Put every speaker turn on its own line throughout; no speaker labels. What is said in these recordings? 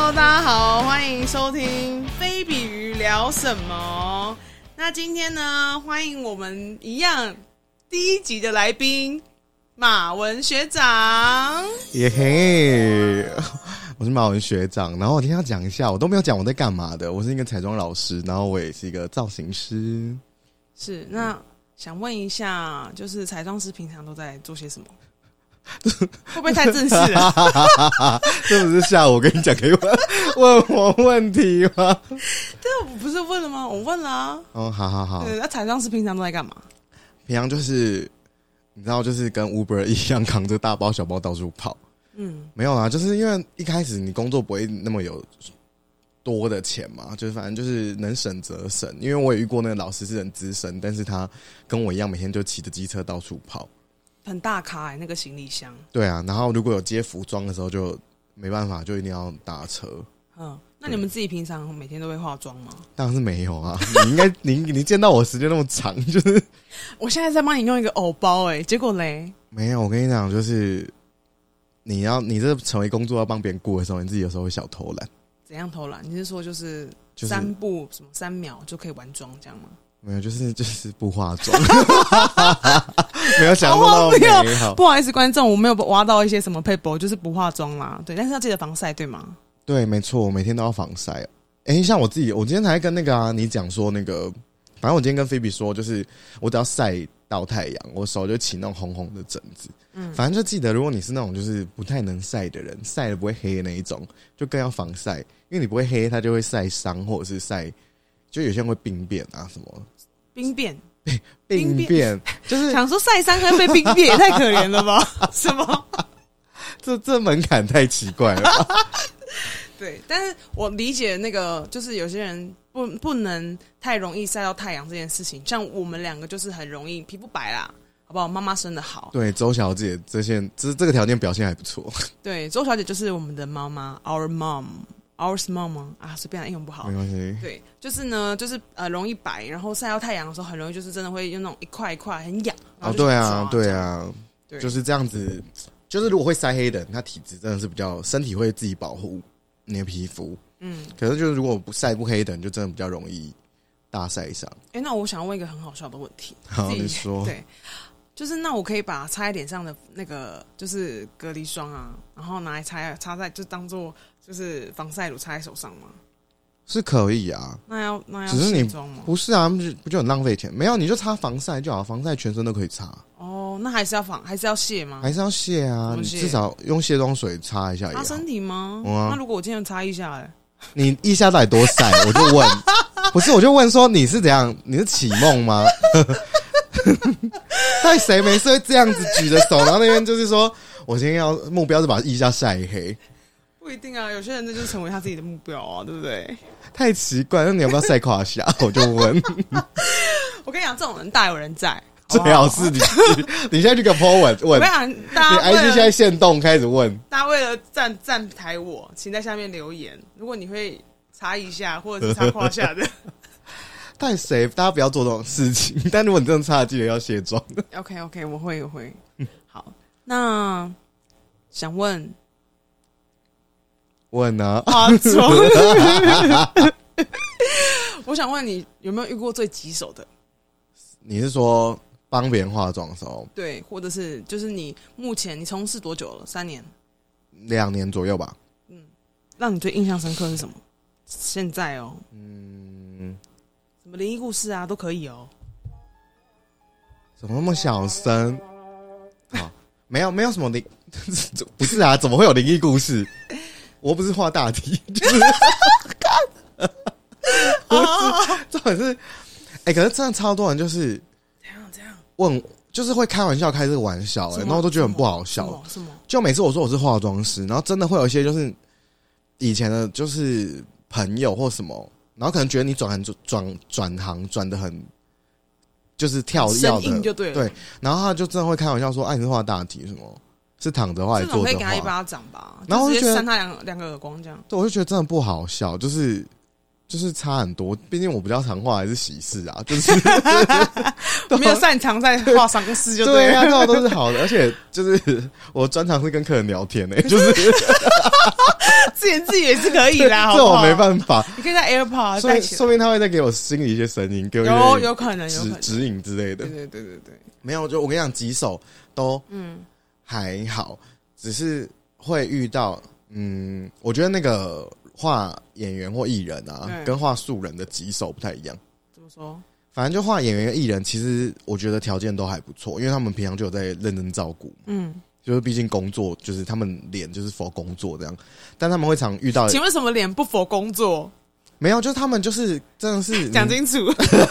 Hello， 大家好，欢迎收听菲比鱼聊什么。那今天呢，欢迎我们一样第一集的来宾马文学长。
耶嘿，我是马文学长。然后我今天要讲一下，我都没有讲我在干嘛的。我是一个彩妆老师，然后我也是一个造型师。
是，那想问一下，就是彩妆师平常都在做些什么？会不会太正式了？
这不是下午我跟你讲可以问我问题吗？
这我不是问了吗？我问了啊。
哦，好。
对，那彩妆师平常都在干嘛？
平常就是你知道，就是跟 Uber 一样扛着大包小包到处跑。没有啦，就是因为一开始你工作不会那么有多的钱嘛，就是反正就是能省则省。因为我也遇过那个老师是很资深，但是他跟我一样每天就骑着机车到处跑。
很大咖那个行李箱。
对啊，然后如果有接服装的时候就没办法，就一定要打车。
那你们自己平常每天都会化妆吗？当
然是没有啊，你应该你见到我时间那么长，就是
我现在在帮你用一个偶包结果嘞
没有。我跟你讲，就是你这成为工作要帮别人顾的时候，你自己有时候会小偷懒。
怎样偷懒？你是说就是3步什么3秒就可以完妆这样吗？
没有，就是不化妆，没有想到美好。
不好意思，观众，我没有挖到一些什么配博，就是不化妆啦。对，但是要记得防晒，对吗？
对，没错，我每天都要防晒。像我自己，我今天才跟那个你讲说那个，反正我今天跟菲比说，就是我只要晒到太阳，我手就起那种红红的疹子。反正就记得，如果你是那种就是不太能晒的人，晒了不会黑的那一种，就更要防晒，因为你不会黑，它就会晒伤，或者是晒，就有些人会病变啊什么。
病变，
就是
想说晒伤还被病变，也太可怜了吧？什么？
这门槛太奇怪了吧。
对，但是我理解那个，就是有些人不能太容易晒到太阳这件事情。像我们2个就是很容易皮肤白啦，好不好？妈妈生得好。对，
周小姐这个条件表现还不错。
对，周小姐就是我们的妈妈 ，our mom。Our small 吗？随便英文不好，
没关系。
对，就是呢，就是容易白，然后晒到太阳的时候，很容易就是真的会用那种一块一块很痒。
对啊，就是这样子。就是如果会晒黑的人，他体质真的是比较身体会自己保护你的皮肤。可是就是如果不晒不黑的人，就真的比较容易大晒伤。那
我想问一个很好笑的问题。
好，你说。
对。就是那我可以把擦在脸上的那个就是隔离霜啊，然后拿来擦在就当做就是防晒乳擦在手上吗？
是可以啊。
那要
只是你
卸妆吗？
不是啊，不就很浪费钱？没有，你就擦防晒就好，防晒全身都可以擦。
那还是要卸吗？
还是要卸啊，你至少用卸妆水擦一下也好。
擦身体吗？那如果我今天擦腋下
你腋下到底多晒？我就问，不是我就问说你是怎样？你是启梦吗？到底谁没事会这样子举着手，然后那边就是说我今天目标是把腋下晒黑？
不一定啊，有些人这就是成为他自己的目标啊，对不对？
太奇怪，那你要不要晒胯下？我就问。
我跟你讲，这种人大有人在，
最好是你现在去给我 po 问。我跟你讲，你 IG 现在限动开始问，
大家为了站台我，请在下面留言。如果你会擦一下或者是擦胯下的。
太谁？大家不要做这种事情。但如果你真的擦了，记得要卸妆。
OK， 我会。好，那想问
啊，
化妆。我想问你有没有遇过最棘手的？
你是说帮别人化妆的时候？
对，或者是就是你目前你从事多久了？3年、
2年左右吧。
让你最印象深刻是什么？现在什么灵异故事啊都可以哦。
怎么那么小声？没有什么灵，不是啊？怎么会有灵异故事？我不是画大题，就是不是，重点是，可是真的超多人就是
这样
问，就是会开玩笑开这个玩笑，然后都觉得很不好笑。
什么？就
每次我说我是化妆师，然后真的会有一些就是以前的，就是朋友或什么。然后可能觉得你转行转得很就是跳跃的，
就对了。
对，然后他就真的会开玩笑说：“你是画大题什么？是躺着画还是坐着画？”
这种可以给他一巴掌吧，
然后
就直接扇他两个耳光这样。
对，我就觉得真的不好笑，就是就是差很多，毕竟我比较常画还是喜事啊，就是
没有擅长在画丧事就
对啊，
了。
对啊，都是好的，而且就是我专长是跟客人聊天就是
自言自语也是可以啦，好
这
不好？
我没办法，
你可以在 AirPod
说
戴起来，
说明他会再给我心里一些声音，给我
有可能
指引之类的。
对，
没有，就我跟你讲，棘手都还好，只是会遇到我觉得那个画演员或艺人啊，跟画素人的棘手不太一样。
怎么说？
反正就画演员跟艺人，其实我觉得条件都还不错，因为他们平常就有在认真照顾。就是毕竟工作就是他们脸就是 for 工作这样，但他们会常遇到。
请问什么脸不 for 工作？
没有，就是他们就是真的是
讲清楚。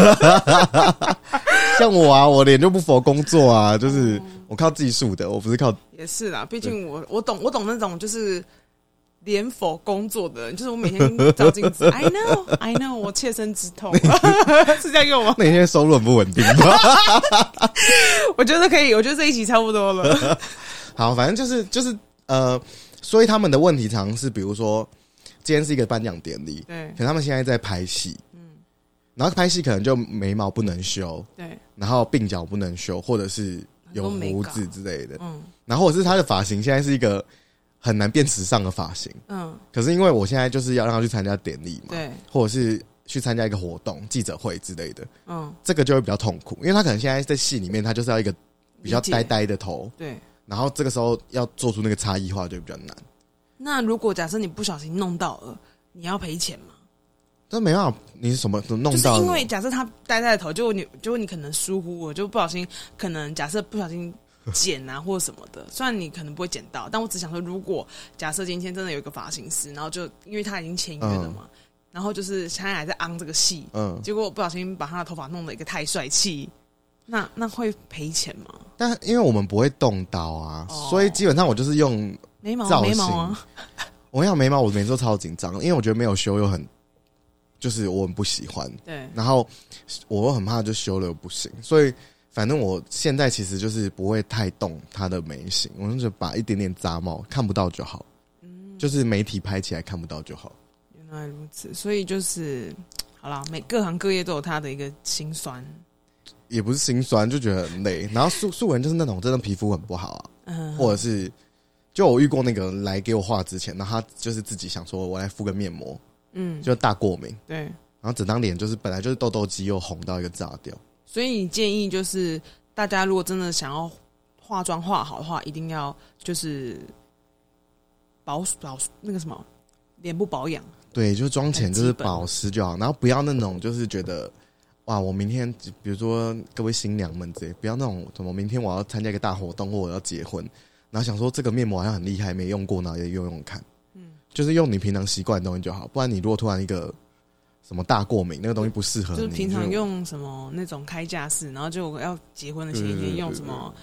像我啊，我脸就不 for 工作啊，就是我靠技术的，我不是靠。也
是啦，毕竟我懂那种就是脸 for 工作的人，就是我每天照镜子 I know 我切身之痛。是这样用吗？
那你现在收入很不稳定吗？
我觉得可以，我觉得这一集差不多了。
好，反正就是所以他们的问题常常是，比如说今天是一个颁奖典礼，对，可能他们现在在拍戏，然后拍戏可能就眉毛不能修，对，然后鬓角不能修，或者是有胡子之类的，然后或者是他的发型现在是一个很难变时尚的发型，可是因为我现在就是要让他去参加典礼嘛，对，或者是去参加一个活动、记者会之类的，这个就会比较痛苦，因为他可能现在在戏里面，他就是要一个比较呆呆的头，对。然后这个时候要做出那个差异化就比较难。
那如果假设你不小心弄到了，你要赔钱吗？
这没办法，你是什么弄到了？
就是因为假设他呆呆的头，就你可能疏忽了，就不小心，可能假设不小心剪啊或者什么的，虽然你可能不会剪到，但我只想说，如果假设今天真的有一个发型师，然后就因为他已经签约了嘛，然后就是现在还在昂这个戏，结果不小心把他的头发弄得一个太帅气。那会赔钱吗？
但因为我们不会动刀啊，所以基本上我就是用
眉毛啊。
我想眉毛，我每次都超紧张，因为我觉得没有修又很，就是我很不喜欢。对，然后我又很怕就修了又不行，所以反正我现在其实就是不会太动它的眉形，我就把一点点杂毛看不到就好，就是媒体拍起来看不到就好。
原来如此，所以就是好啦，各行各业都有它的一个辛酸。
也不是心酸，就觉得很累。然后素人就是那种真的皮肤很不好啊，或者是就我遇过那个来给我画之前，然后他就是自己想说我来敷个面膜，就大过敏，对，然后整张脸就是本来就是痘痘肌又红到一个炸掉。所
以你建议就是大家如果真的想要化妆化好的话，一定要就是保那个什么脸部保养，
对，就是妆前就是保湿就好，然后不要那种就是觉得。哇！我明天，比如说各位新娘们之类，不要那种什么，明天我要参加一个大活动，或我要结婚，然后想说这个面膜好像很厉害，没用过，然后也用用看，就是用你平常习惯的东西就好，不然你如果突然一个什么大过敏，那个东西不适合你，
就是平常用什么那种开架式，然后就要结婚的前一天用什么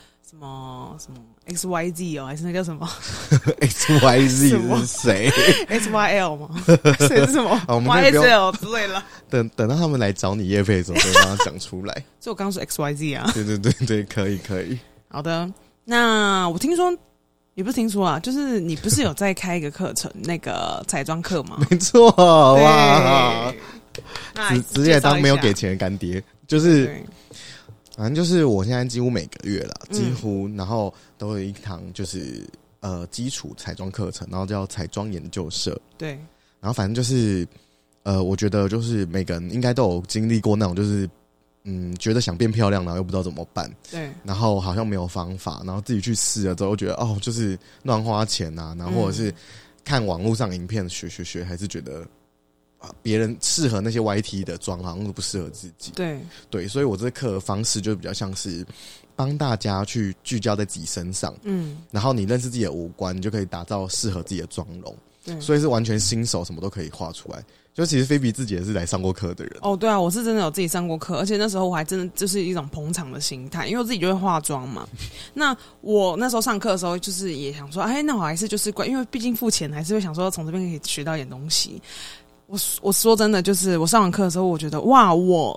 XYZ 还是那叫什么
XYZ 是谁
？XYL 吗？谁是什么？YSL 之类的。
等到他们来找你业配的时候，就让他讲出来。
所以我刚刚说 XYZ 啊。
对，可以。好
的，那我听说，也不是听说啊，就是你不是有在开一个课程，那个彩妆课吗？
没错，哇！直接当没有给钱的干爹，就是。反正就是我现在几乎每个月啦，几乎然后都有一堂就是基础彩妆课程，然后叫彩妆研究社。对，然后反正就是我觉得就是每个人应该都有经历过那种就是觉得想变漂亮，然后又不知道怎么办。对，然后好像没有方法，然后自己去试了之后，觉得就是乱花钱啊，然后或者是看网络上影片学，还是觉得。别人适合那些 YT 的妆好像都不适合自己。对，所以我这课的方式就比较像是帮大家去聚焦在自己身上，然后你认识自己的五官，你就可以打造适合自己的妆容。对，所以是完全新手，什么都可以画出来。就其实菲比自己也是来上过课的人。对
啊，我是真的有自己上过课，而且那时候我还真的就是一种捧场的心态，因为我自己就会化妆嘛。那我那时候上课的时候，就是也想说，那我还是就是因为毕竟付钱，还是会想说从这边可以学到一点东西。我说真的，就是我上完课的时候，我觉得哇，我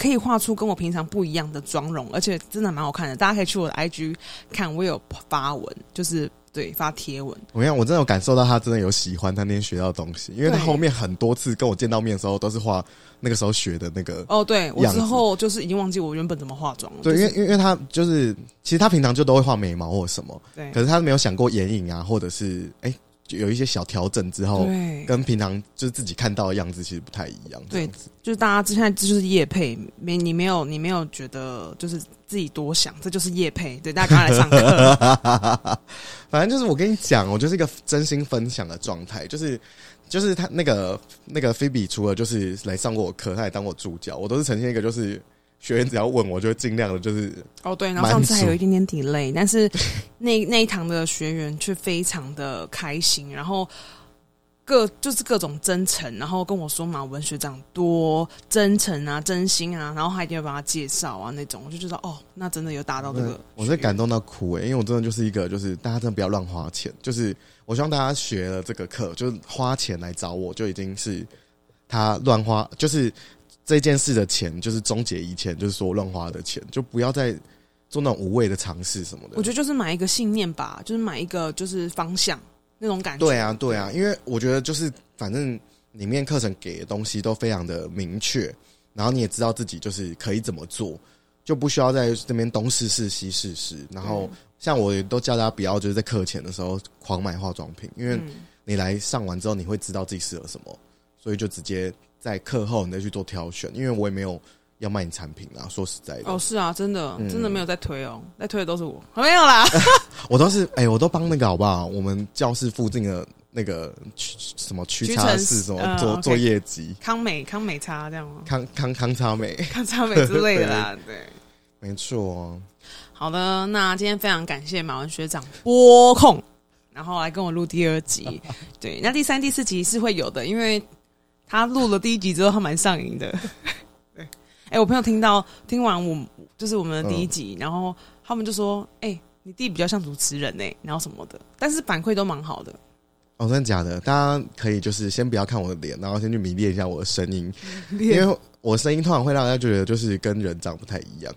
可以画出跟我平常不一样的妆容，而且真的蛮好看的。大家可以去我的 IG 看，我有发文，就是对发贴文。
我跟你讲，我真的有感受到他真的有喜欢他那天学到的东西，因为他后面很多次跟我见到面的时候都是画那个时候学的那个
哦，对我之后就是已经忘记我原本怎么化妆了。
对，因为他就是其实他平常就都会画眉毛或什么，
对，
可是他没有想过眼影啊，或者是有一些小调整之后，跟平常就是自己看到的样子其实不太一样。
对，就是大家现在就是业配，你没有觉得就是自己多想，这就是业配。对，大家赶快来上课。
反正就是我跟你讲，我就是一个真心分享的状态，就是他那个菲比除了就是来上过我课，他也当过助教，我都是呈现一个就是学员只要问我就会尽量的就是
哦对，然后上次还有一点点 delay， 但是那一堂的学员却非常的开心，然后就是各种真诚，然后跟我说马文学长多真诚啊、真心啊，然后还一定要帮他介绍啊那种，我就觉得哦，那真的有达到这个。
我是感动到哭因为我真的就是一个就是大家真的不要乱花钱，就是我希望大家学了这个课，就是花钱来找我就已经是他乱花，就是这件事的钱就是终结以前就是说乱花的钱，就不要再做那种无谓的尝试什么的。
我觉得就是买一个信念吧，就是买一个就是方向。那种感觉。
对啊，因为我觉得就是反正里面课程给的东西都非常的明确，然后你也知道自己就是可以怎么做，就不需要在这边东试试西试试。然后像我也都叫大家不要就是在课前的时候狂买化妆品，因为你来上完之后你会知道自己适合什么，所以就直接在课后你再去做挑选。因为我也没有要卖你产品啦，说实在的。
哦，是啊，真的没有在推哦，在推的都是我，没有啦。
我都是我都帮那个好不好？我们教室附近的那个什么屈臣氏什么做业绩，
康美差这样吗？
康差美
之类的啦，对，
没错。
好的，那今天非常感谢马文学长拨空，然后来跟我录第2集。对，那第3、第4集是会有的，因为他录了第1集之后，他蛮上瘾的。对，我朋友听完我们的第1集，然后他们就说，你弟比较像主持人然后什么的，但是反馈都蛮好的。
哦，真的假的？大家可以就是先不要看我的脸，然后先去迷恋一下我的声音，因为我声音通常会让大家觉得就是跟人长不太一样。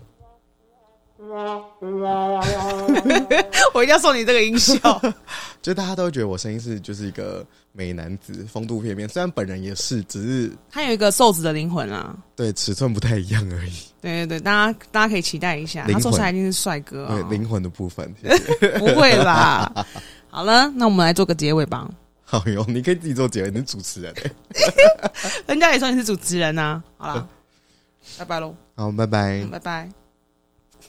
我一定要送你这个音效。
就大家都会觉得我声音是就是一个美男子，风度翩翩，虽然本人也是，只是
他有一个瘦子的灵魂啊，
对，尺寸不太一样而已。
对，大家可以期待一下，他瘦下来一定是帅哥
对，灵魂的部分，谢
谢。不会啦。好了，那我们来做个结尾吧。
好哟，你可以自己做结尾，你是主持人
人家也说你是主持人啊。好啦，拜拜喽。
好，拜拜，
拜拜。